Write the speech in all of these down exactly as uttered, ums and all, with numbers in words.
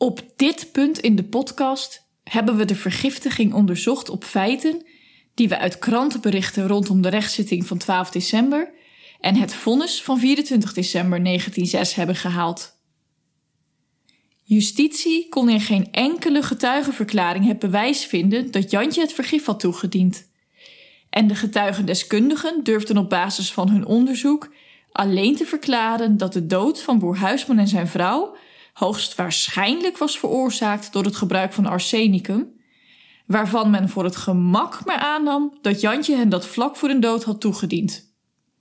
Op dit punt in de podcast hebben we de vergiftiging onderzocht op feiten die we uit krantenberichten rondom de rechtszitting van twaalf december en het vonnis van vierentwintig december negentien zes hebben gehaald. Justitie kon in geen enkele getuigenverklaring het bewijs vinden dat Jantje het vergif had toegediend. En de getuigendeskundigen durfden op basis van hun onderzoek alleen te verklaren dat de dood van boer Huisman en zijn vrouw hoogstwaarschijnlijk was veroorzaakt door het gebruik van arsenicum, waarvan men voor het gemak maar aannam dat Jantje hen dat vlak voor hun dood had toegediend.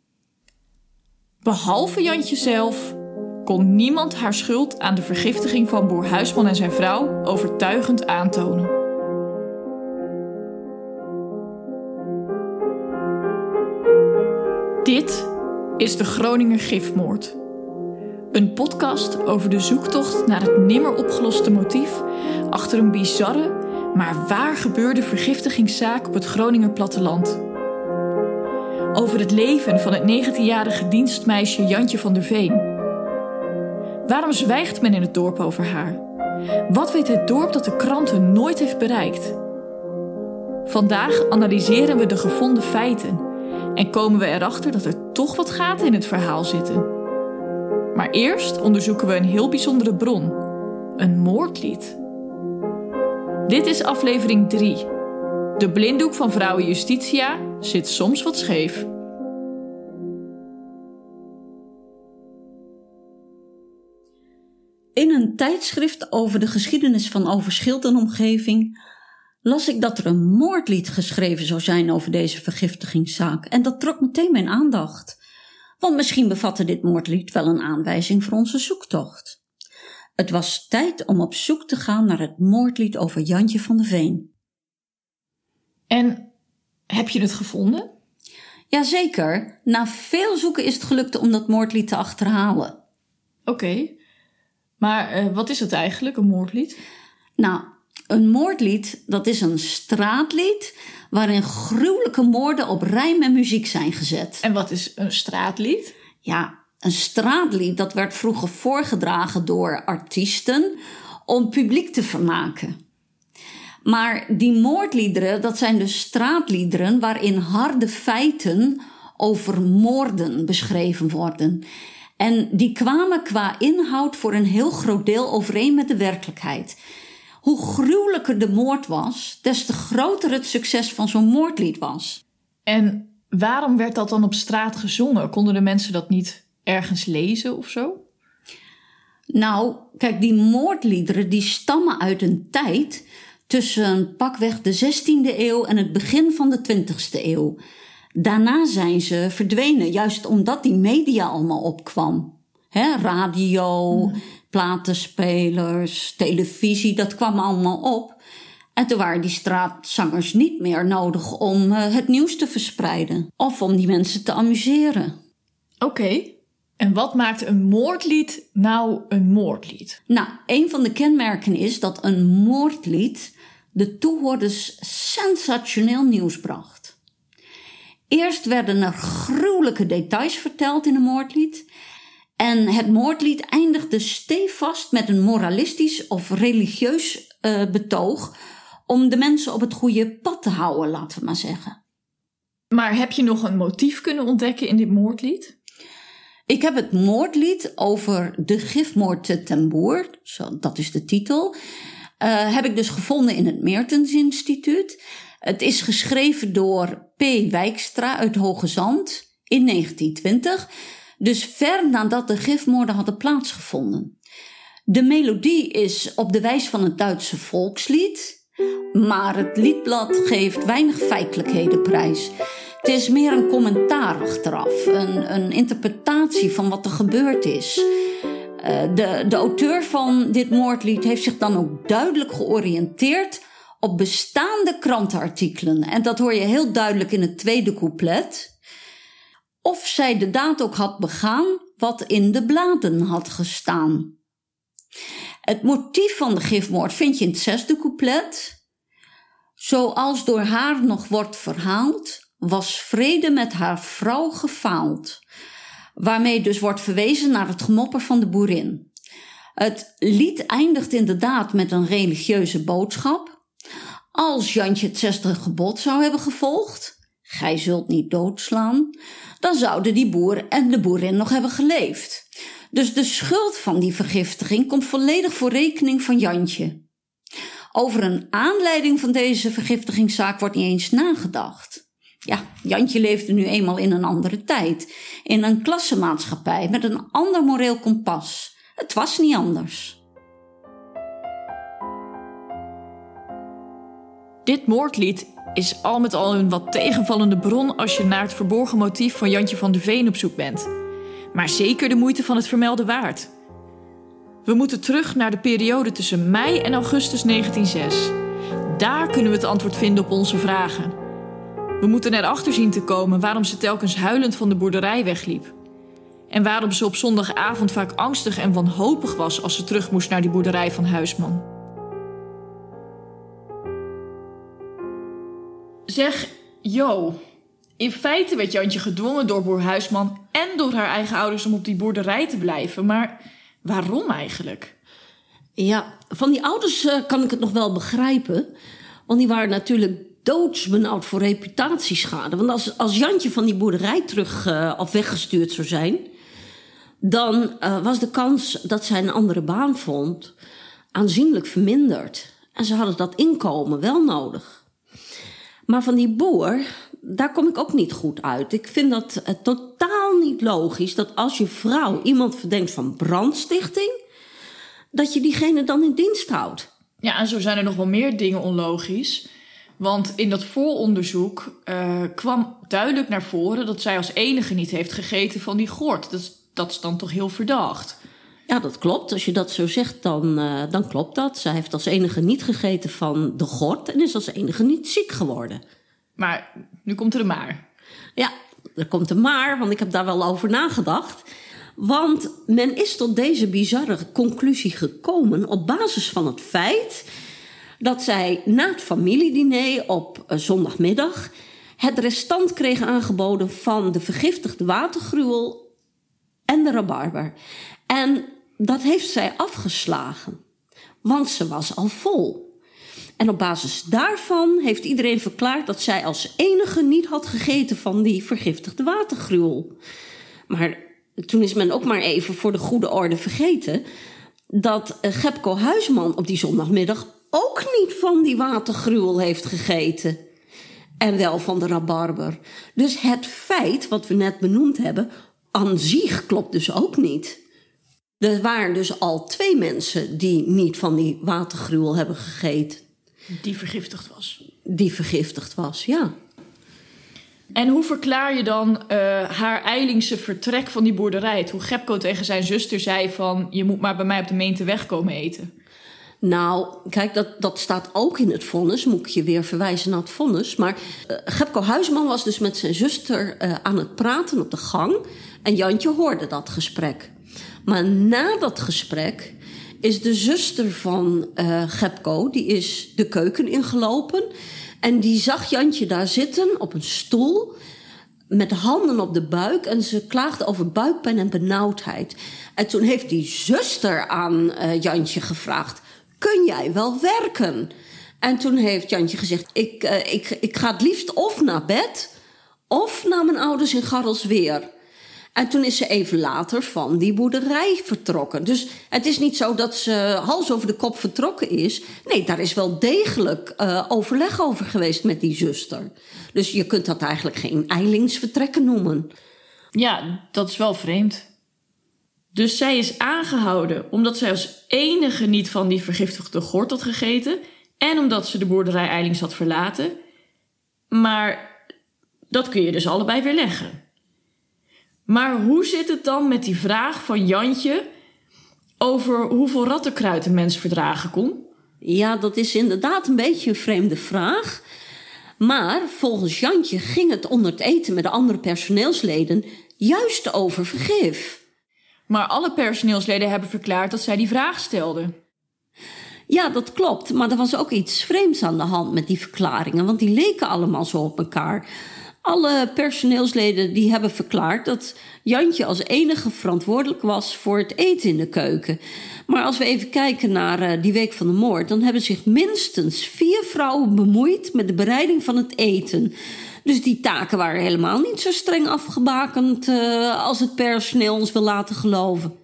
Behalve Jantje zelf kon niemand haar schuld aan de vergiftiging van boer Huisman en zijn vrouw overtuigend aantonen. Dit is de Groninger gifmoord. Een podcast over de zoektocht naar het nimmer opgeloste motief achter een bizarre, maar waar gebeurde vergiftigingszaak op het Groninger platteland. Over het leven van het negentienjarige dienstmeisje Jantje van der Veen. Waarom zwijgt men in het dorp over haar? Wat weet het dorp dat de kranten nooit heeft bereikt? Vandaag analyseren we de gevonden feiten en komen we erachter dat er toch wat gaten in het verhaal zitten. Maar eerst onderzoeken we een heel bijzondere bron, een moordlied. Dit is aflevering drie. De blinddoek van vrouwen Justitia zit soms wat scheef. In een tijdschrift over de geschiedenis van Overschild en omgeving las ik dat er een moordlied geschreven zou zijn over deze vergiftigingszaak. En dat trok meteen mijn aandacht. Want misschien bevatte dit moordlied wel een aanwijzing voor onze zoektocht. Het was tijd om op zoek te gaan naar het moordlied over Jantje van der Veen. En heb je het gevonden? Jazeker. Na veel zoeken is het gelukt om dat moordlied te achterhalen. Oké. Okay. Maar uh, wat is het eigenlijk, een moordlied? Nou, een moordlied, dat is een straatlied waarin gruwelijke moorden op rijm en muziek zijn gezet. En wat is een straatlied? Ja, een straatlied dat werd vroeger voorgedragen door artiesten om publiek te vermaken. Maar die moordliederen, dat zijn dus straatliederen waarin harde feiten over moorden beschreven worden. En die kwamen qua inhoud voor een heel groot deel overeen met de werkelijkheid. Hoe gruwelijker de moord was, des te groter het succes van zo'n moordlied was. En waarom werd dat dan op straat gezongen? Konden de mensen dat niet ergens lezen of zo? Nou, kijk, die moordliederen die stammen uit een tijd tussen pakweg de zestiende eeuw en het begin van de twintigste eeuw. Daarna zijn ze verdwenen, juist omdat die media allemaal opkwam. He, radio, mm. platenspelers, televisie, dat kwam allemaal op. En toen waren die straatzangers niet meer nodig om uh, het nieuws te verspreiden. Of om die mensen te amuseren. Oké, okay. En wat maakt een moordlied nou een moordlied? Nou, een van de kenmerken is dat een moordlied de toehoorders sensationeel nieuws bracht. Eerst werden er gruwelijke details verteld in een moordlied. En het moordlied eindigde stevast met een moralistisch of religieus uh, betoog om de mensen op het goede pad te houden, laten we maar zeggen. Maar heb je nog een motief kunnen ontdekken in dit moordlied? Ik heb het moordlied over de gifmoord te Ten Boer, zo, dat is de titel, uh, heb ik dus gevonden in het Meertens Instituut. Het is geschreven door P. Wijkstra uit Hoge Zand in negentien twintig, dus ver nadat de gifmoorden hadden plaatsgevonden. De melodie is op de wijs van het Duitse volkslied, maar het liedblad geeft weinig feitelijkheden prijs. Het is meer een commentaar achteraf, een, een interpretatie van wat er gebeurd is. Uh, de, de auteur van dit moordlied heeft zich dan ook duidelijk georiënteerd op bestaande krantenartikelen. En dat hoor je heel duidelijk in het tweede couplet. Of zij de daad ook had begaan wat in de bladen had gestaan. Het motief van de gifmoord vind je in het zesde couplet. Zoals door haar nog wordt verhaald, was vrede met haar vrouw gefaald. Waarmee dus wordt verwezen naar het gemopper van de boerin. Het lied eindigt inderdaad met een religieuze boodschap. Als Jantje het zesde gebod zou hebben gevolgd, gij zult niet doodslaan, dan zouden die boer en de boerin nog hebben geleefd. Dus de schuld van die vergiftiging komt volledig voor rekening van Jantje. Over een aanleiding van deze vergiftigingszaak wordt niet eens nagedacht. Ja, Jantje leefde nu eenmaal in een andere tijd, in een klassenmaatschappij met een ander moreel kompas. Het was niet anders. Dit moordlied is al met al een wat tegenvallende bron als je naar het verborgen motief van Jantje van de Veen op zoek bent. Maar zeker de moeite van het vermelden waard. We moeten terug naar de periode tussen mei en augustus negentien nul zes. Daar kunnen we het antwoord vinden op onze vragen. We moeten erachter zien te komen waarom ze telkens huilend van de boerderij wegliep. En waarom ze op zondagavond vaak angstig en wanhopig was als ze terug moest naar die boerderij van Huisman. Zeg, Jo, in feite werd Jantje gedwongen door boer Huisman en door haar eigen ouders om op die boerderij te blijven. Maar waarom eigenlijk? Ja, van die ouders uh, kan ik het nog wel begrijpen. Want die waren natuurlijk doodsbenauwd voor reputatieschade. Want als, als Jantje van die boerderij terug uh, of weggestuurd zou zijn, dan uh, was de kans dat zij een andere baan vond aanzienlijk verminderd. En ze hadden dat inkomen wel nodig. Maar van die boer, daar kom ik ook niet goed uit. Ik vind dat uh, totaal niet logisch dat als je vrouw iemand verdenkt van brandstichting, dat je diegene dan in dienst houdt. Ja, en zo zijn er nog wel meer dingen onlogisch. Want in dat vooronderzoek uh, kwam duidelijk naar voren dat zij als enige niet heeft gegeten van die gort. Dat is, dat is dan toch heel verdacht? Ja, dat klopt. Als je dat zo zegt, dan, uh, dan klopt dat. Zij heeft als enige niet gegeten van de gort en is als enige niet ziek geworden. Maar nu komt er een maar. Ja, er komt een maar, want ik heb daar wel over nagedacht. Want men is tot deze bizarre conclusie gekomen op basis van het feit dat zij na het familiediner op uh, zondagmiddag het restant kreeg aangeboden van de vergiftigde watergruwel en de rabarber. En dat heeft zij afgeslagen, want ze was al vol. En op basis daarvan heeft iedereen verklaard dat zij als enige niet had gegeten van die vergiftigde watergruwel. Maar toen is men ook maar even voor de goede orde vergeten dat Gepco Huisman op die zondagmiddag ook niet van die watergruwel heeft gegeten. En wel van de rabarber. Dus het feit wat we net benoemd hebben, aan zich klopt dus ook niet. Er waren dus al twee mensen die niet van die watergruwel hebben gegeten. Die vergiftigd was. Die vergiftigd was, ja. En hoe verklaar je dan uh, haar eilingse vertrek van die boerderij? Hoe Gepco tegen zijn zuster zei van, je moet maar bij mij op de Meenteweg komen eten. Nou, kijk, dat, dat staat ook in het vonnis. Moet ik je weer verwijzen naar het vonnis. Maar uh, Gepco Huisman was dus met zijn zuster uh, aan het praten op de gang. En Jantje hoorde dat gesprek. Maar na dat gesprek is de zuster van uh, Gepco, die is de keuken ingelopen. En die zag Jantje daar zitten op een stoel met de handen op de buik. En ze klaagde over buikpijn en benauwdheid. En toen heeft die zuster aan uh, Jantje gevraagd, kun jij wel werken? En toen heeft Jantje gezegd, ik, uh, ik, ik ga het liefst of naar bed of naar mijn ouders in Garrelsweer. En toen is ze even later van die boerderij vertrokken. Dus het is niet zo dat ze hals over de kop vertrokken is. Nee, daar is wel degelijk uh, overleg over geweest met die zuster. Dus je kunt dat eigenlijk geen eilingsvertrekken noemen. Ja, dat is wel vreemd. Dus zij is aangehouden omdat zij als enige niet van die vergiftigde gort had gegeten en omdat ze de boerderij eilings had verlaten. Maar dat kun je dus allebei weer leggen. Maar hoe zit het dan met die vraag van Jantje over hoeveel rattenkruid een mens verdragen kon? Ja, dat is inderdaad een beetje een vreemde vraag. Maar volgens Jantje ging het onder het eten met de andere personeelsleden juist over vergif. Maar alle personeelsleden hebben verklaard dat zij die vraag stelden. Ja, dat klopt. Maar er was ook iets vreemds aan de hand met die verklaringen. Want die leken allemaal zo op elkaar. Alle personeelsleden die hebben verklaard dat Jantje als enige verantwoordelijk was voor het eten in de keuken. Maar als we even kijken naar uh, die week van de moord, dan hebben zich minstens vier vrouwen bemoeid met de bereiding van het eten. Dus die taken waren helemaal niet zo streng afgebakend uh, als het personeel ons wil laten geloven.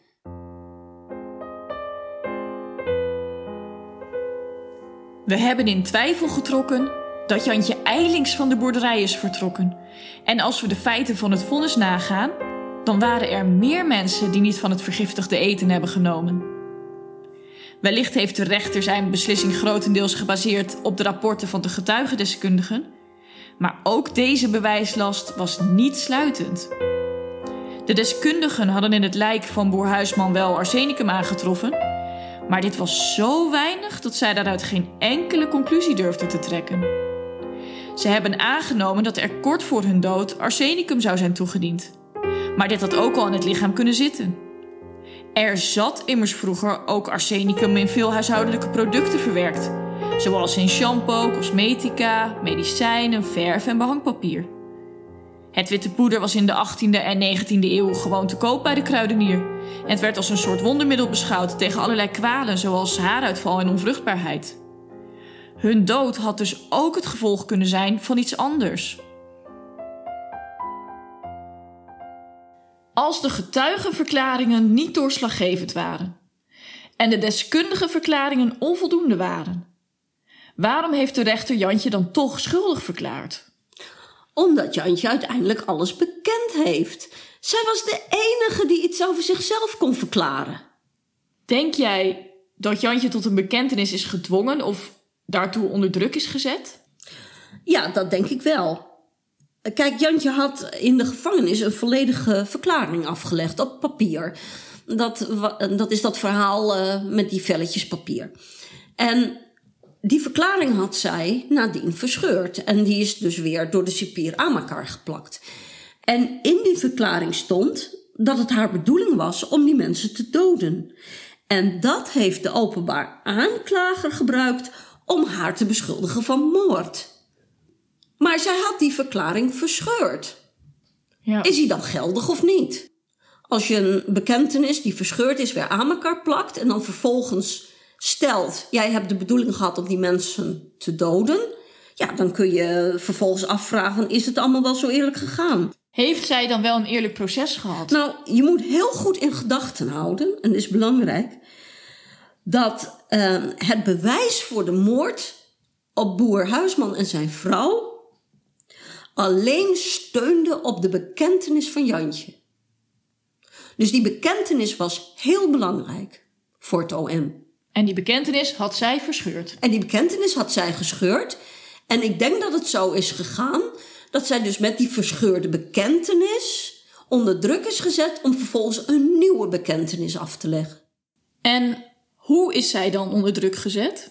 We hebben in twijfel getrokken dat Jantje ijlings van de boerderij is vertrokken. En als we de feiten van het vonnis nagaan, dan waren er meer mensen die niet van het vergiftigde eten hebben genomen. Wellicht heeft de rechter zijn beslissing grotendeels gebaseerd op de rapporten van de getuigendeskundigen, maar ook deze bewijslast was niet sluitend. De deskundigen hadden in het lijk van boer Huisman wel arsenicum aangetroffen, maar dit was zo weinig dat zij daaruit geen enkele conclusie durfden te trekken. Ze hebben aangenomen dat er kort voor hun dood arsenicum zou zijn toegediend. Maar dit had ook al in het lichaam kunnen zitten. Er zat immers vroeger ook arsenicum in veel huishoudelijke producten verwerkt, zoals in shampoo, cosmetica, medicijnen, verf en behangpapier. Het witte poeder was in de achttiende en negentiende eeuw gewoon te koop bij de kruidenier. En het werd als een soort wondermiddel beschouwd tegen allerlei kwalen, zoals haaruitval en onvruchtbaarheid. Hun dood had dus ook het gevolg kunnen zijn van iets anders. Als de getuigenverklaringen niet doorslaggevend waren en de deskundige verklaringen onvoldoende waren, waarom heeft de rechter Jantje dan toch schuldig verklaard? Omdat Jantje uiteindelijk alles bekend heeft. Zij was de enige die iets over zichzelf kon verklaren. Denk jij dat Jantje tot een bekentenis is gedwongen of daartoe onder druk is gezet? Ja, dat denk ik wel. Kijk, Jantje had in de gevangenis een volledige verklaring afgelegd op papier. Dat, dat is dat verhaal uh, met die velletjes papier. En die verklaring had zij nadien verscheurd. En die is dus weer door de cipier aan elkaar geplakt. En in die verklaring stond dat het haar bedoeling was om die mensen te doden. En dat heeft de openbaar aanklager gebruikt om haar te beschuldigen van moord. Maar zij had die verklaring verscheurd. Ja. Is die dan geldig of niet? Als je een bekentenis die verscheurd is weer aan elkaar plakt en dan vervolgens stelt, jij hebt de bedoeling gehad om die mensen te doden, ja, dan kun je vervolgens afvragen, is het allemaal wel zo eerlijk gegaan? Heeft zij dan wel een eerlijk proces gehad? Nou, je moet heel goed in gedachten houden, en dat is belangrijk, dat uh, het bewijs voor de moord op boer Huisman en zijn vrouw alleen steunde op de bekentenis van Jantje. Dus die bekentenis was heel belangrijk voor het O M. En die bekentenis had zij verscheurd? En die bekentenis had zij gescheurd. En ik denk dat het zo is gegaan dat zij dus met die verscheurde bekentenis onder druk is gezet om vervolgens een nieuwe bekentenis af te leggen. En hoe is zij dan onder druk gezet?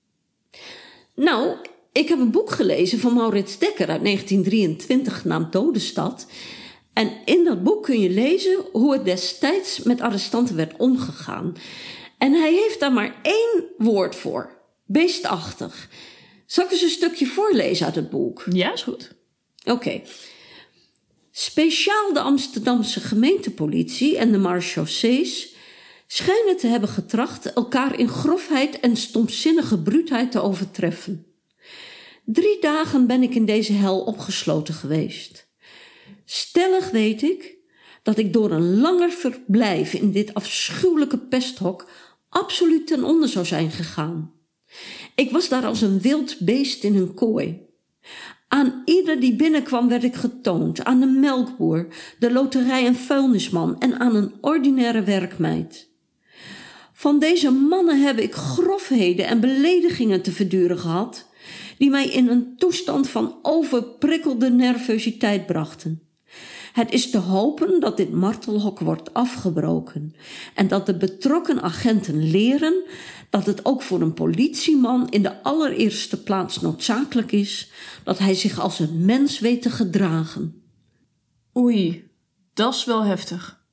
Nou, ik heb een boek gelezen van Maurits Dekker uit negentien drieëntwintig genaamd Dodenstad. En in dat boek kun je lezen hoe het destijds met arrestanten werd omgegaan. En hij heeft daar maar één woord voor. Beestachtig. Zal ik eens een stukje voorlezen uit het boek? Ja, is goed. Oké. Okay. Speciaal de Amsterdamse gemeentepolitie en de marechaussees schijnen te hebben getracht elkaar in grofheid en stomzinnige bruutheid te overtreffen. Drie dagen ben ik in deze hel opgesloten geweest. Stellig weet ik dat ik door een langer verblijf in dit afschuwelijke pesthok absoluut ten onder zou zijn gegaan. Ik was daar als een wild beest in een kooi. Aan ieder die binnenkwam werd ik getoond, aan de melkboer, de loterij- en vuilnisman en aan een ordinaire werkmeid. Van deze mannen heb ik grofheden en beledigingen te verduren gehad, die mij in een toestand van overprikkelde nervositeit brachten. Het is te hopen dat dit martelhok wordt afgebroken en dat de betrokken agenten leren dat het ook voor een politieman in de allereerste plaats noodzakelijk is dat hij zich als een mens weet te gedragen. Oei, dat is wel heftig.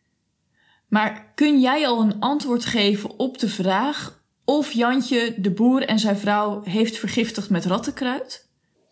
Maar kun jij al een antwoord geven op de vraag of Jantje de boer en zijn vrouw heeft vergiftigd met rattenkruid?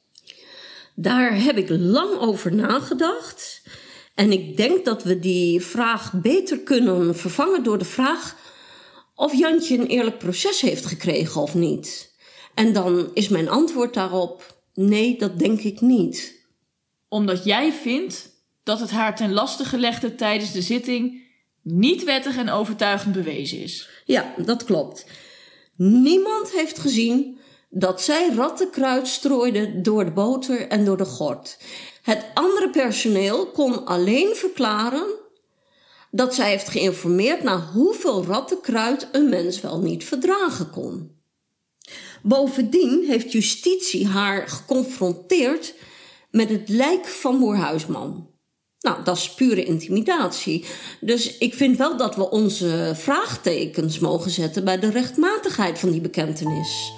Daar heb ik lang over nagedacht. En ik denk dat we die vraag beter kunnen vervangen door de vraag of Jantje een eerlijk proces heeft gekregen of niet. En dan is mijn antwoord daarop: nee, dat denk ik niet. Omdat jij vindt dat het haar ten laste gelegde tijdens de zitting niet wettig en overtuigend bewezen is. Ja, dat klopt. Niemand heeft gezien dat zij rattenkruid strooide door de boter en door de gort. Het andere personeel kon alleen verklaren dat zij heeft geïnformeerd naar hoeveel rattenkruid een mens wel niet verdragen kon. Bovendien heeft justitie haar geconfronteerd met het lijk van Boer Huisman. Nou, dat is pure intimidatie. Dus ik vind wel dat we onze vraagtekens mogen zetten bij de rechtmatigheid van die bekentenis.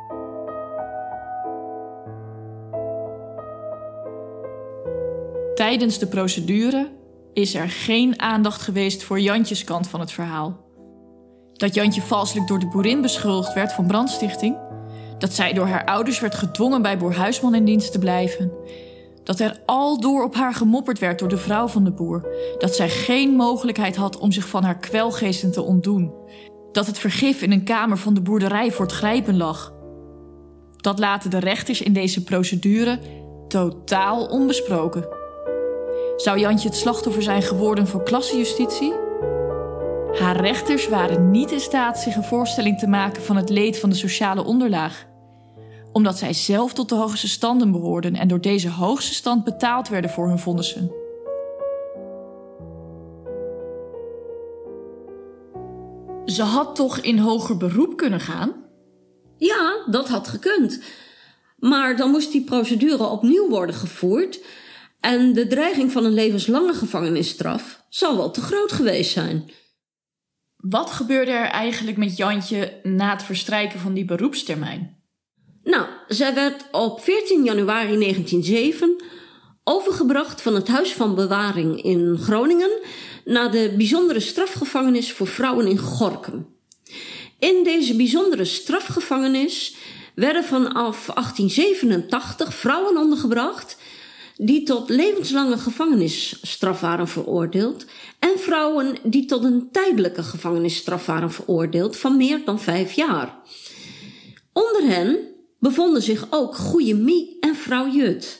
Tijdens de procedure is er geen aandacht geweest voor Jantjes kant van het verhaal. Dat Jantje valselijk door de boerin beschuldigd werd van brandstichting. Dat zij door haar ouders werd gedwongen bij Boer Huisman in dienst te blijven. Dat er aldoor op haar gemopperd werd door de vrouw van de boer. Dat zij geen mogelijkheid had om zich van haar kwelgeesten te ontdoen. Dat het vergif in een kamer van de boerderij voor het grijpen lag. Dat laten de rechters in deze procedure totaal onbesproken. Zou Jantje het slachtoffer zijn geworden van klassenjustitie? Haar rechters waren niet in staat zich een voorstelling te maken van het leed van de sociale onderlaag. Omdat zij zelf tot de hoogste standen behoorden en door deze hoogste stand betaald werden voor hun vonnissen. Ze had toch in hoger beroep kunnen gaan? Ja, dat had gekund. Maar dan moest die procedure opnieuw worden gevoerd en de dreiging van een levenslange gevangenisstraf zal wel te groot geweest zijn. Wat gebeurde er eigenlijk met Jantje na het verstrijken van die beroepstermijn? Nou, zij werd op veertien januari negentien nul zeven overgebracht van het Huis van Bewaring in Groningen naar de bijzondere strafgevangenis voor vrouwen in Gorinchem. In deze bijzondere strafgevangenis werden vanaf achttien zevenentachtig vrouwen ondergebracht die tot levenslange gevangenisstraf waren veroordeeld en vrouwen die tot een tijdelijke gevangenisstraf waren veroordeeld van meer dan vijf jaar. Onder hen bevonden zich ook Goeie Mie en vrouw Jut.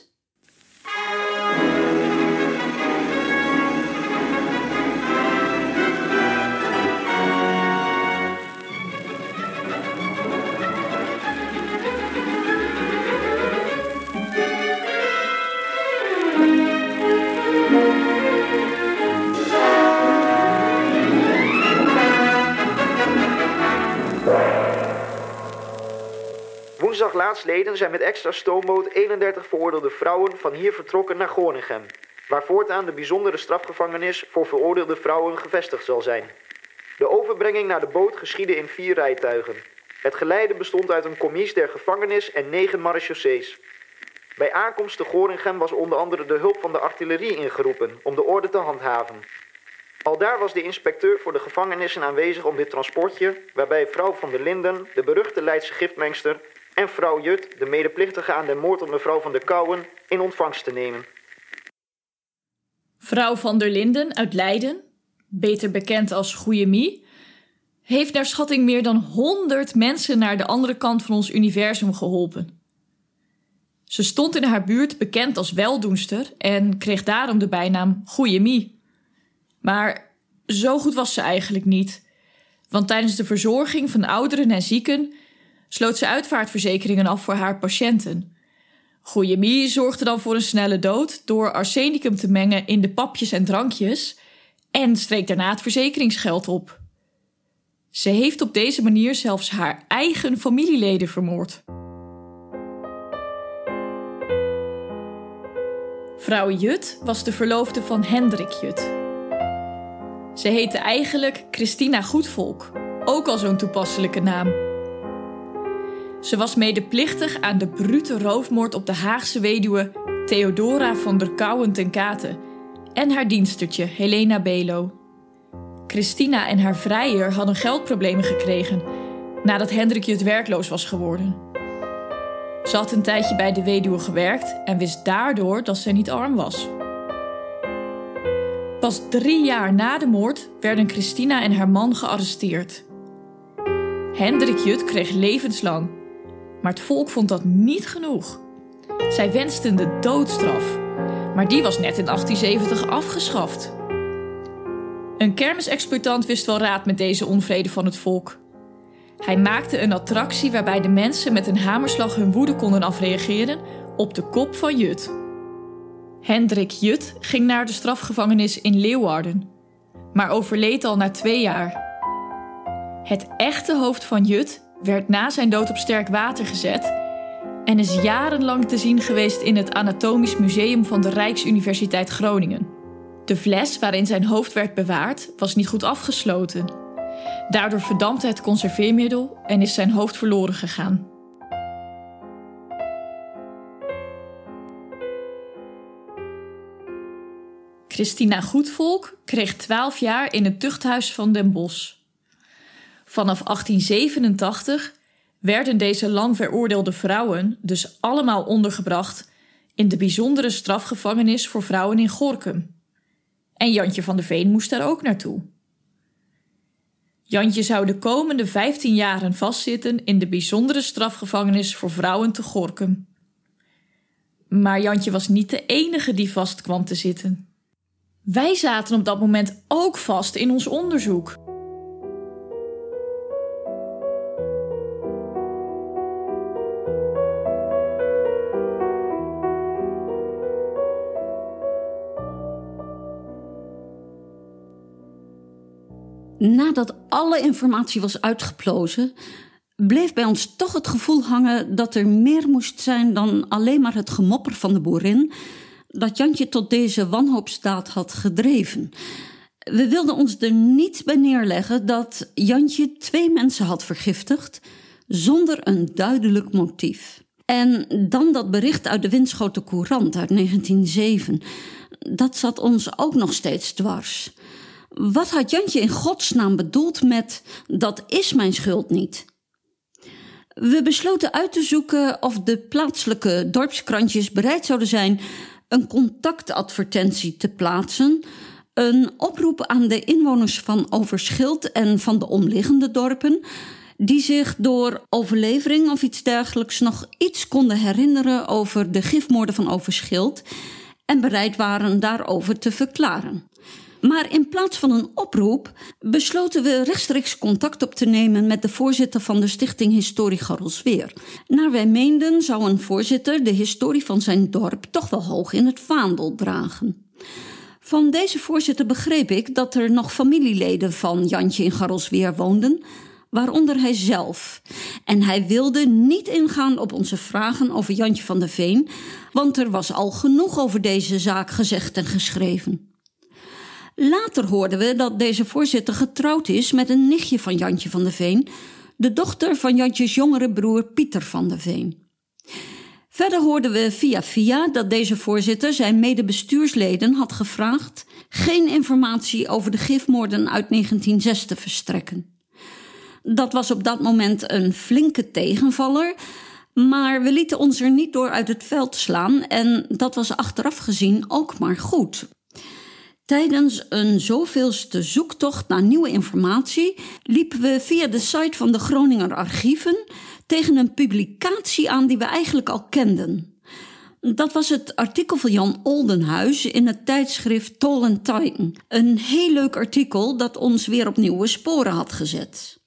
Woensdag laatstleden zijn met extra stoomboot eenendertig veroordeelde vrouwen van hier vertrokken naar Groningen, waar voortaan de bijzondere strafgevangenis voor veroordeelde vrouwen gevestigd zal zijn. De overbrenging naar de boot geschiedde in vier rijtuigen. Het geleide bestond uit een commies der gevangenis en negen marechaussees. Bij aankomst te Groningen was onder andere de hulp van de artillerie ingeroepen om de orde te handhaven. Aldaar was de inspecteur voor de gevangenissen aanwezig om dit transportje, waarbij vrouw van der Linden, de beruchte Leidse giftmengster, en vrouw Jut, de medeplichtige aan de moord op mevrouw van der Kouwen, in ontvangst te nemen. Vrouw van der Linden uit Leiden, beter bekend als Goeie Mie, heeft naar schatting meer dan honderd mensen naar de andere kant van ons universum geholpen. Ze stond in haar buurt bekend als weldoenster en kreeg daarom de bijnaam Goeie Mie. Maar zo goed was ze eigenlijk niet, want tijdens de verzorging van ouderen en zieken sloot ze uitvaartverzekeringen af voor haar patiënten. Goeie Mie zorgde dan voor een snelle dood door arsenicum te mengen in de papjes en drankjes en streek daarna het verzekeringsgeld op. Ze heeft op deze manier zelfs haar eigen familieleden vermoord. Vrouw Jut was de verloofde van Hendrik Jut. Ze heette eigenlijk Christina Goedvolk, ook al zo'n toepasselijke naam. Ze was medeplichtig aan de brute roofmoord op de Haagse weduwe Theodora van der Kouwen ten Kate en haar dienstertje Helena Belo. Christina en haar vrijer hadden geldproblemen gekregen nadat Hendrik Jut werkloos was geworden. Ze had een tijdje bij de weduwe gewerkt en wist daardoor dat ze niet arm was. Pas drie jaar na de moord werden Christina en haar man gearresteerd. Hendrik Jut kreeg levenslang. Maar het volk vond dat niet genoeg. Zij wensten de doodstraf. Maar die was net in achttienzeventig afgeschaft. Een kermisexploitant wist wel raad met deze onvrede van het volk. Hij maakte een attractie waarbij de mensen met een hamerslag hun woede konden afreageren op de kop van Jut. Hendrik Jut ging naar de strafgevangenis in Leeuwarden, maar overleed al na twee jaar. Het echte hoofd van Jut werd na zijn dood op sterk water gezet en is jarenlang te zien geweest in het Anatomisch Museum van de Rijksuniversiteit Groningen. De fles waarin zijn hoofd werd bewaard was niet goed afgesloten. Daardoor verdampte het conserveermiddel en is zijn hoofd verloren gegaan. Christina Goedvolk kreeg twaalf jaar in het tuchthuis van Den Bosch. Vanaf achttien zevenentachtig werden deze lang veroordeelde vrouwen dus allemaal ondergebracht in de bijzondere strafgevangenis voor vrouwen in Gorinchem. En Jantje van der Veen moest daar ook naartoe. Jantje zou de komende vijftien jaren vastzitten in de bijzondere strafgevangenis voor vrouwen te Gorinchem. Maar Jantje was niet de enige die vast kwam te zitten. Wij zaten op dat moment ook vast in ons onderzoek. Nadat alle informatie was uitgeplozen, bleef bij ons toch het gevoel hangen dat er meer moest zijn dan alleen maar het gemopper van de boerin, dat Jantje tot deze wanhoopsdaad had gedreven. We wilden ons er niet bij neerleggen dat Jantje twee mensen had vergiftigd zonder een duidelijk motief. En dan dat bericht uit de Winschoten Courant uit negentien zeven. Dat zat ons ook nog steeds dwars. Wat had Jantje in godsnaam bedoeld met "dat is mijn schuld niet"? We besloten uit te zoeken of de plaatselijke dorpskrantjes bereid zouden zijn een contactadvertentie te plaatsen, een oproep aan de inwoners van Overschild en van de omliggende dorpen, die zich door overlevering of iets dergelijks nog iets konden herinneren over de gifmoorden van Overschild en bereid waren daarover te verklaren. Maar in plaats van een oproep besloten we rechtstreeks contact op te nemen met de voorzitter van de Stichting Historie Garrelsweer. Naar wij meenden zou een voorzitter de historie van zijn dorp toch wel hoog in het vaandel dragen. Van deze voorzitter begreep ik dat er nog familieleden van Jantje in Garrelsweer woonden, waaronder hij zelf. En hij wilde niet ingaan op onze vragen over Jantje van der Veen, want er was al genoeg over deze zaak gezegd en geschreven. Later hoorden we dat deze voorzitter getrouwd is met een nichtje van Jantje van der Veen, de dochter van Jantjes jongere broer Pieter van der Veen. Verder hoorden we via via dat deze voorzitter zijn medebestuursleden had gevraagd geen informatie over de gifmoorden uit negentien zes te verstrekken. Dat was op dat moment een flinke tegenvaller, maar we lieten ons er niet door uit het veld slaan en dat was achteraf gezien ook maar goed. Tijdens een zoveelste zoektocht naar nieuwe informatie liepen we via de site van de Groninger Archieven tegen een publicatie aan die we eigenlijk al kenden. Dat was het artikel van Jan Oldenhuis in het tijdschrift Tol en Titan. Een heel leuk artikel dat ons weer op nieuwe sporen had gezet.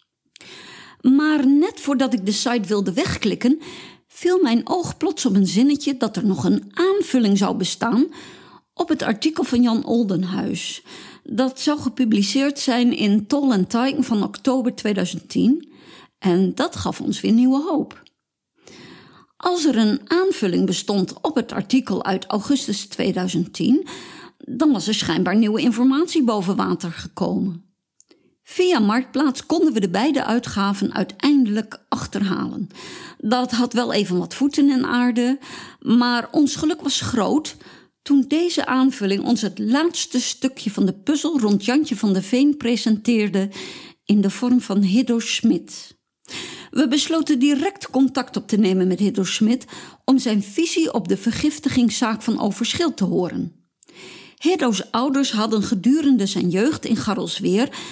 Maar net voordat ik de site wilde wegklikken, viel mijn oog plots op een zinnetje dat er nog een aanvulling zou bestaan op het artikel van Jan Oldenhuis. Dat zou gepubliceerd zijn in Tol en Titan van oktober tweeduizend tien en dat gaf ons weer nieuwe hoop. Als er een aanvulling bestond op het artikel uit augustus tweeduizend tien, dan was er schijnbaar nieuwe informatie boven water gekomen. Via Marktplaats konden we de beide uitgaven uiteindelijk achterhalen. Dat had wel even wat voeten in aarde, maar ons geluk was groot toen deze aanvulling ons het laatste stukje van de puzzel rond Jantje van der Veen presenteerde in de vorm van Hiddo Schmidt. We besloten direct contact op te nemen met Hiddo Schmidt om zijn visie op de vergiftigingszaak van Overschild te horen. Hiddo's ouders hadden gedurende zijn jeugd in Garrelsweer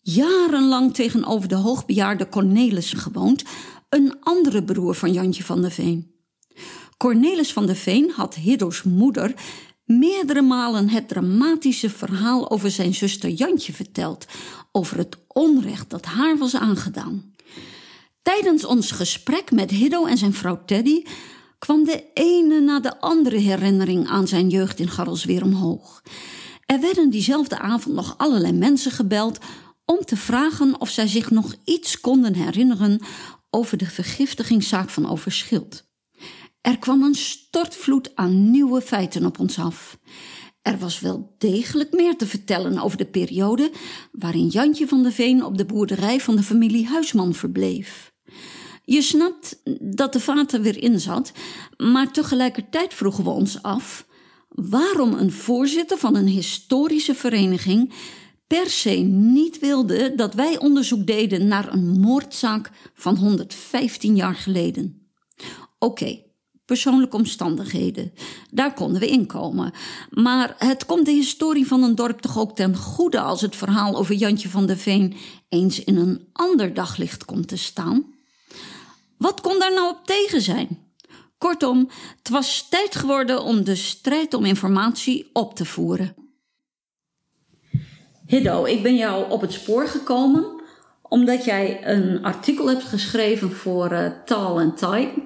jarenlang tegenover de hoogbejaarde Cornelis gewoond, een andere broer van Jantje van de Veen. Cornelis van de Veen had Hiddo's moeder meerdere malen het dramatische verhaal over zijn zuster Jantje verteld, over het onrecht dat haar was aangedaan. Tijdens ons gesprek met Hiddo en zijn vrouw Teddy kwam de ene na de andere herinnering aan zijn jeugd in Garrelsweer omhoog. Er werden diezelfde avond nog allerlei mensen gebeld om te vragen of zij zich nog iets konden herinneren over de vergiftigingszaak van Overschild. Er kwam een stortvloed aan nieuwe feiten op ons af. Er was wel degelijk meer te vertellen over de periode waarin Jantje van de Veen op de boerderij van de familie Huisman verbleef. Je snapt dat de vater weer in zat, maar tegelijkertijd vroegen we ons af waarom een voorzitter van een historische vereniging per se niet wilde dat wij onderzoek deden naar een moordzaak van honderdvijftien jaar geleden. Oké. Okay. Persoonlijke omstandigheden, daar konden we inkomen. Maar het komt de historie van een dorp toch ook ten goede als het verhaal over Jantje van de Veen eens in een ander daglicht komt te staan? Wat kon daar nou op tegen zijn? Kortom, het was tijd geworden om de strijd om informatie op te voeren. Hiddo, ik ben jou op het spoor gekomen omdat jij een artikel hebt geschreven voor uh, Taal en Time.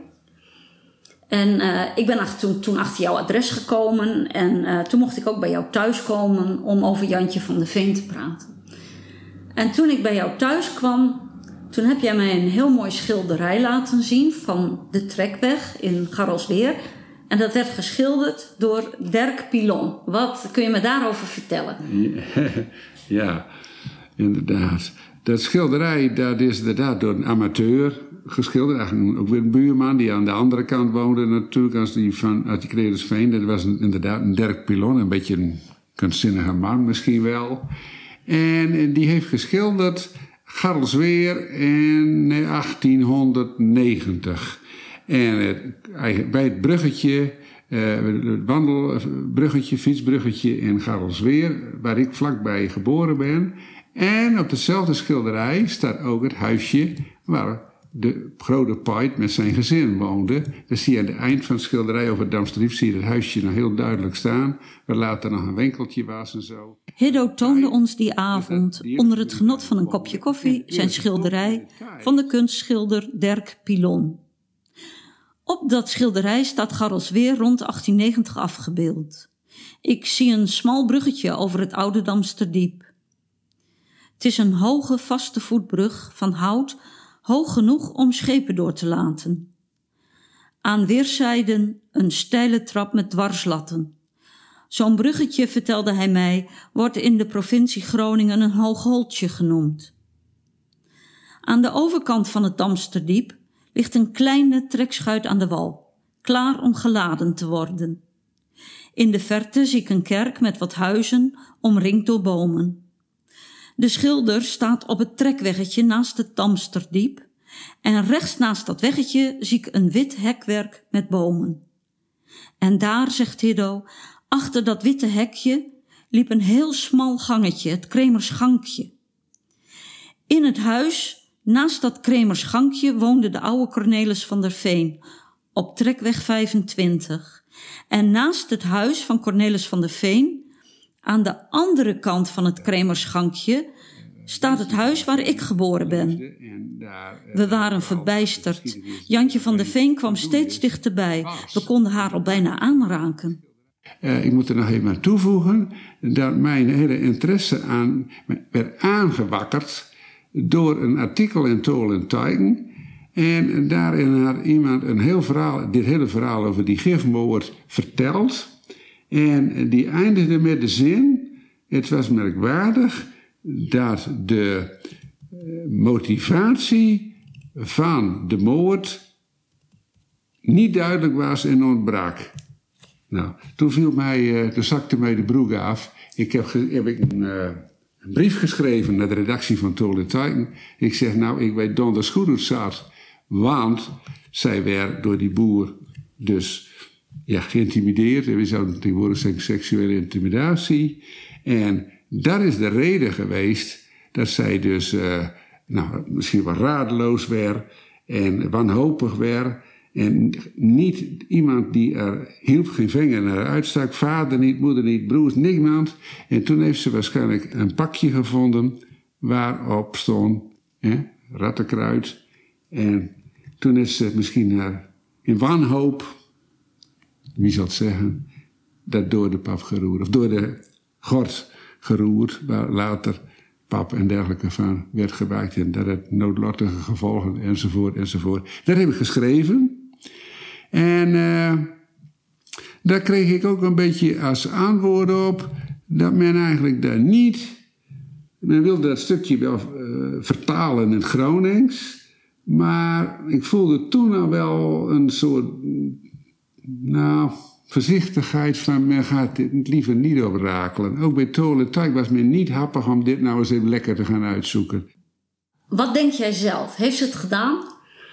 En uh, ik ben achter, toen, toen achter jouw adres gekomen en uh, toen mocht ik ook bij jou thuis komen om over Jantje van de Veen te praten. En toen ik bij jou thuis kwam, toen heb jij mij een heel mooi schilderij laten zien van de Trekweg in Garrelsweer. En dat werd geschilderd door Dirk Pilon. Wat kun je me daarover vertellen? Ja, ja, inderdaad. Dat schilderij dat is inderdaad door een amateur geschilderd. Eigenlijk ook weer een buurman die aan de andere kant woonde natuurlijk als die van uit die Credersveen. Dat was een, inderdaad een Dirk Pilon, een beetje een kunstzinnige man misschien wel. En die heeft geschilderd Garrelsweer in achttienhonderdnegentig. En het, bij het bruggetje, uh, het wandelbruggetje, fietsbruggetje in Garrelsweer, waar ik vlakbij geboren ben. En op dezelfde schilderij staat ook het huisje waar de grote Paait met zijn gezin woonde. Dus zie je aan het eind van het schilderij over het Damsterdiep zie je het huisje nog heel duidelijk staan. Waar later nog een winkeltje was en zo. Hiddo toonde ons die avond, onder het genot van een kopje koffie, zijn schilderij van de kunstschilder Dirk Pilon. Op dat schilderij staat Garrelsweer rond achttiennegentig afgebeeld. Ik zie een smal bruggetje over het oude Damsterdiep. Het is een hoge, vaste voetbrug van hout, hoog genoeg om schepen door te laten. Aan weerszijden een steile trap met dwarslatten. Zo'n bruggetje, vertelde hij mij, wordt in de provincie Groningen een hoogholtje genoemd. Aan de overkant van het Damsterdiep ligt een kleine trekschuit aan de wal, klaar om geladen te worden. In de verte zie ik een kerk met wat huizen, omringd door bomen. De schilder staat op het trekweggetje naast het Damsterdiep en rechts naast dat weggetje zie ik een wit hekwerk met bomen. En daar, zegt Hiddo, achter dat witte hekje liep een heel smal gangetje, het Kremersgankje. In het huis, naast dat Kremersgankje, woonde de oude Cornelis van der Veen, op trekweg vijfentwintig. En naast het huis van Cornelis van der Veen, aan de andere kant van het Kremersgankje, staat het huis waar ik geboren ben. We waren verbijsterd. Jantje van der Veen kwam steeds dichterbij. We konden haar al bijna aanraken. Uh, ik moet er nog even aan toevoegen dat mijn hele interesse aan werd aangewakkerd door een artikel in Taal en Time. En daarin had iemand een heel verhaal, dit hele verhaal over die gifmoord verteld. En die eindigde met de zin: het was merkwaardig dat de motivatie van de moord niet duidelijk was en ontbrak. Nou, toen viel mij, uh, toen zakte mij de broek af. Ik heb, ge- heb ik een, uh, een brief geschreven naar de redactie van Taal en Time. Ik zeg, nou, ik weet donders goed hoe het zat. Want zij werd door die boer dus ja, geïntimideerd. En we zouden tegenwoordig zeggen seksuele intimidatie. En dat is de reden geweest dat zij dus uh, nou, misschien wel radeloos werd en wanhopig werd. En niet iemand die er hielp, geen vinger naar uitstak. Vader niet, moeder niet, broers, niemand. En toen heeft ze waarschijnlijk een pakje gevonden waarop stond hè, rattenkruid. En toen is ze misschien uh, in wanhoop, wie zal het zeggen, dat door de pap geroerd. Of door de gort geroerd, waar later pap en dergelijke van werd gebruikt. En dat het noodlottige gevolgen enzovoort enzovoort. Dat heb ik geschreven. En uh, daar kreeg ik ook een beetje als antwoord op dat men eigenlijk daar niet... Men wilde dat stukje wel uh, vertalen in het Gronings. Maar ik voelde toen al wel een soort... Nou, voorzichtigheid van men gaat dit liever niet oprakelen. Ook bij Tole Tuik was men niet happig om dit nou eens even lekker te gaan uitzoeken. Wat denk jij zelf? Heeft ze het gedaan?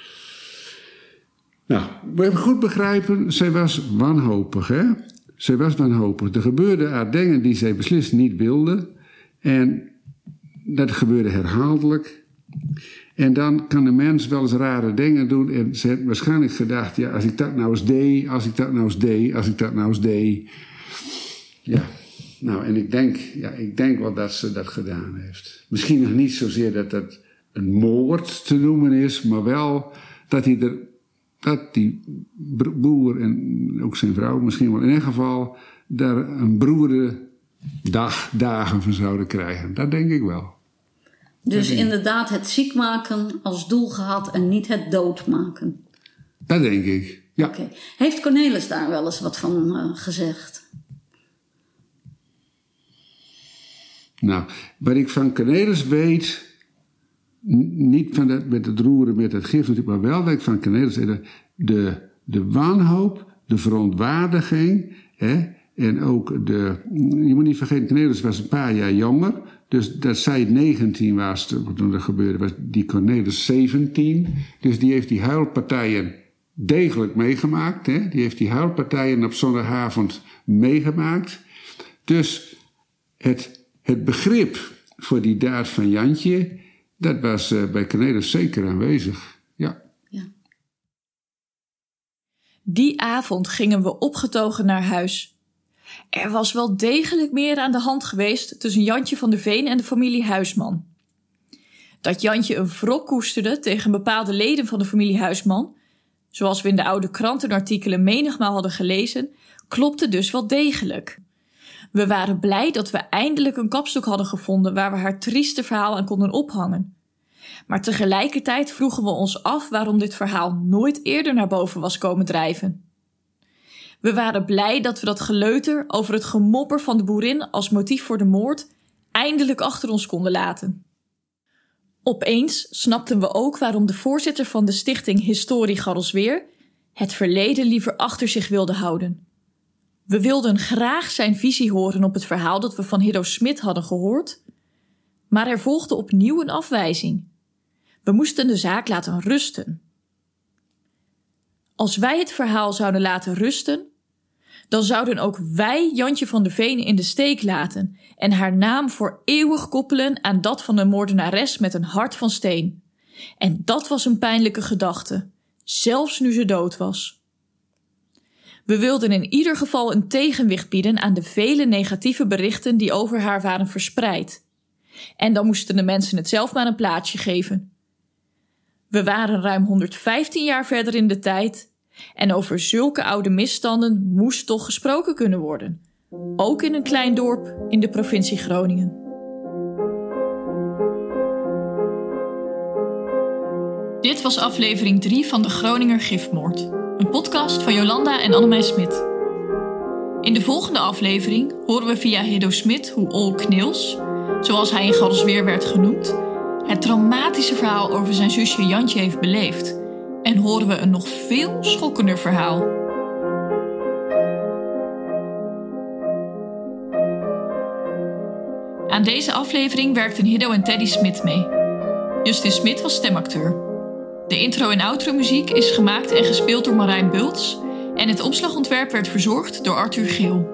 Nou, we goed begrijpen, zij was wanhopig, hè. Zij was wanhopig. Er gebeurden haar dingen die zij beslist niet wilde. En dat gebeurde herhaaldelijk. En dan kan de mens wel eens rare dingen doen. En ze heeft waarschijnlijk gedacht, ja, als ik dat nou eens deed, als ik dat nou eens deed, als ik dat nou eens deed. Ja, nou, en ik denk, ja, ik denk wel dat ze dat gedaan heeft. Misschien nog niet zozeer dat dat een moord te noemen is, maar wel dat hij er... Dat die boer en ook zijn vrouw misschien wel in ieder geval daar een broerde dag, dagen van zouden krijgen. Dat denk ik wel. Dus denk inderdaad het ziek maken als doel gehad en niet het doodmaken. Dat denk ik, ja. Okay. Heeft Cornelis daar wel eens wat van uh, gezegd? Nou, wat ik van Cornelis weet... Niet van dat, met het roeren, met het gif natuurlijk, maar wel dat ik van Cornelis de, de, de wanhoop, de verontwaardiging, hè, en ook de... Je moet niet vergeten, Cornelis was een paar jaar jonger, dus dat zij negentien was toen er gebeurde, was die Cornelis zeventien. Dus die heeft die huilpartijen degelijk meegemaakt, hè. Die heeft die huilpartijen op zondagavond meegemaakt. Dus het, het begrip voor die daad van Jantje... Dat was uh, bij Cornelis zeker aanwezig, ja. ja. Die avond gingen we opgetogen naar huis. Er was wel degelijk meer aan de hand geweest tussen Jantje van der Veen en de familie Huisman. Dat Jantje een wrok koesterde tegen bepaalde leden van de familie Huisman, zoals we in de oude krantenartikelen menigmaal hadden gelezen, klopte dus wel degelijk. We waren blij dat we eindelijk een kapstok hadden gevonden waar we haar trieste verhaal aan konden ophangen. Maar tegelijkertijd vroegen we ons af waarom dit verhaal nooit eerder naar boven was komen drijven. We waren blij dat we dat geleuter over het gemopper van de boerin als motief voor de moord eindelijk achter ons konden laten. Opeens snapten we ook waarom de voorzitter van de stichting Historie Garrelsweer het verleden liever achter zich wilde houden. We wilden graag zijn visie horen op het verhaal dat we van Hiddo Smit hadden gehoord, maar er volgde opnieuw een afwijzing. We moesten de zaak laten rusten. Als wij het verhaal zouden laten rusten, dan zouden ook wij Jantje van der Veen in de steek laten en haar naam voor eeuwig koppelen aan dat van een moordenares met een hart van steen. En dat was een pijnlijke gedachte, zelfs nu ze dood was. We wilden in ieder geval een tegenwicht bieden aan de vele negatieve berichten die over haar waren verspreid. En dan moesten de mensen het zelf maar een plaatsje geven. We waren ruim honderdvijftien jaar verder in de tijd en over zulke oude misstanden moest toch gesproken kunnen worden. Ook in een klein dorp in de provincie Groningen. Dit was aflevering drie van de Groninger Gifmoord. Een podcast van Jolanda en Annemij Smit. In de volgende aflevering horen we via Hiddo Smit hoe Ol Knils, zoals hij in Garrelsweer werd genoemd, het traumatische verhaal over zijn zusje Jantje heeft beleefd. En horen we een nog veel schokkender verhaal. Aan deze aflevering werkten Hiddo en Teddy Smit mee. Justin Smit was stemacteur. De intro- en outro-muziek is gemaakt en gespeeld door Marijn Bults en het omslagontwerp werd verzorgd door Arthur Geel.